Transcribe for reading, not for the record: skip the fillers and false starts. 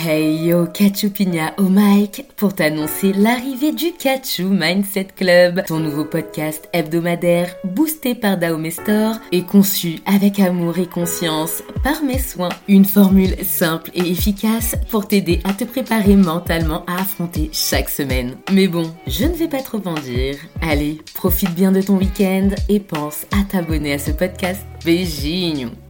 Hey yo, Kachupina au mic pour t'annoncer l'arrivée du Kachu Mindset Club, ton nouveau podcast hebdomadaire boosté par Dahomey Store et conçu avec amour et conscience par mes soins. Une formule simple et efficace pour t'aider à te préparer mentalement à affronter chaque semaine. Mais bon, je ne vais pas trop en dire. Allez, profite bien de ton week-end et pense à t'abonner à ce podcast. Beijinho!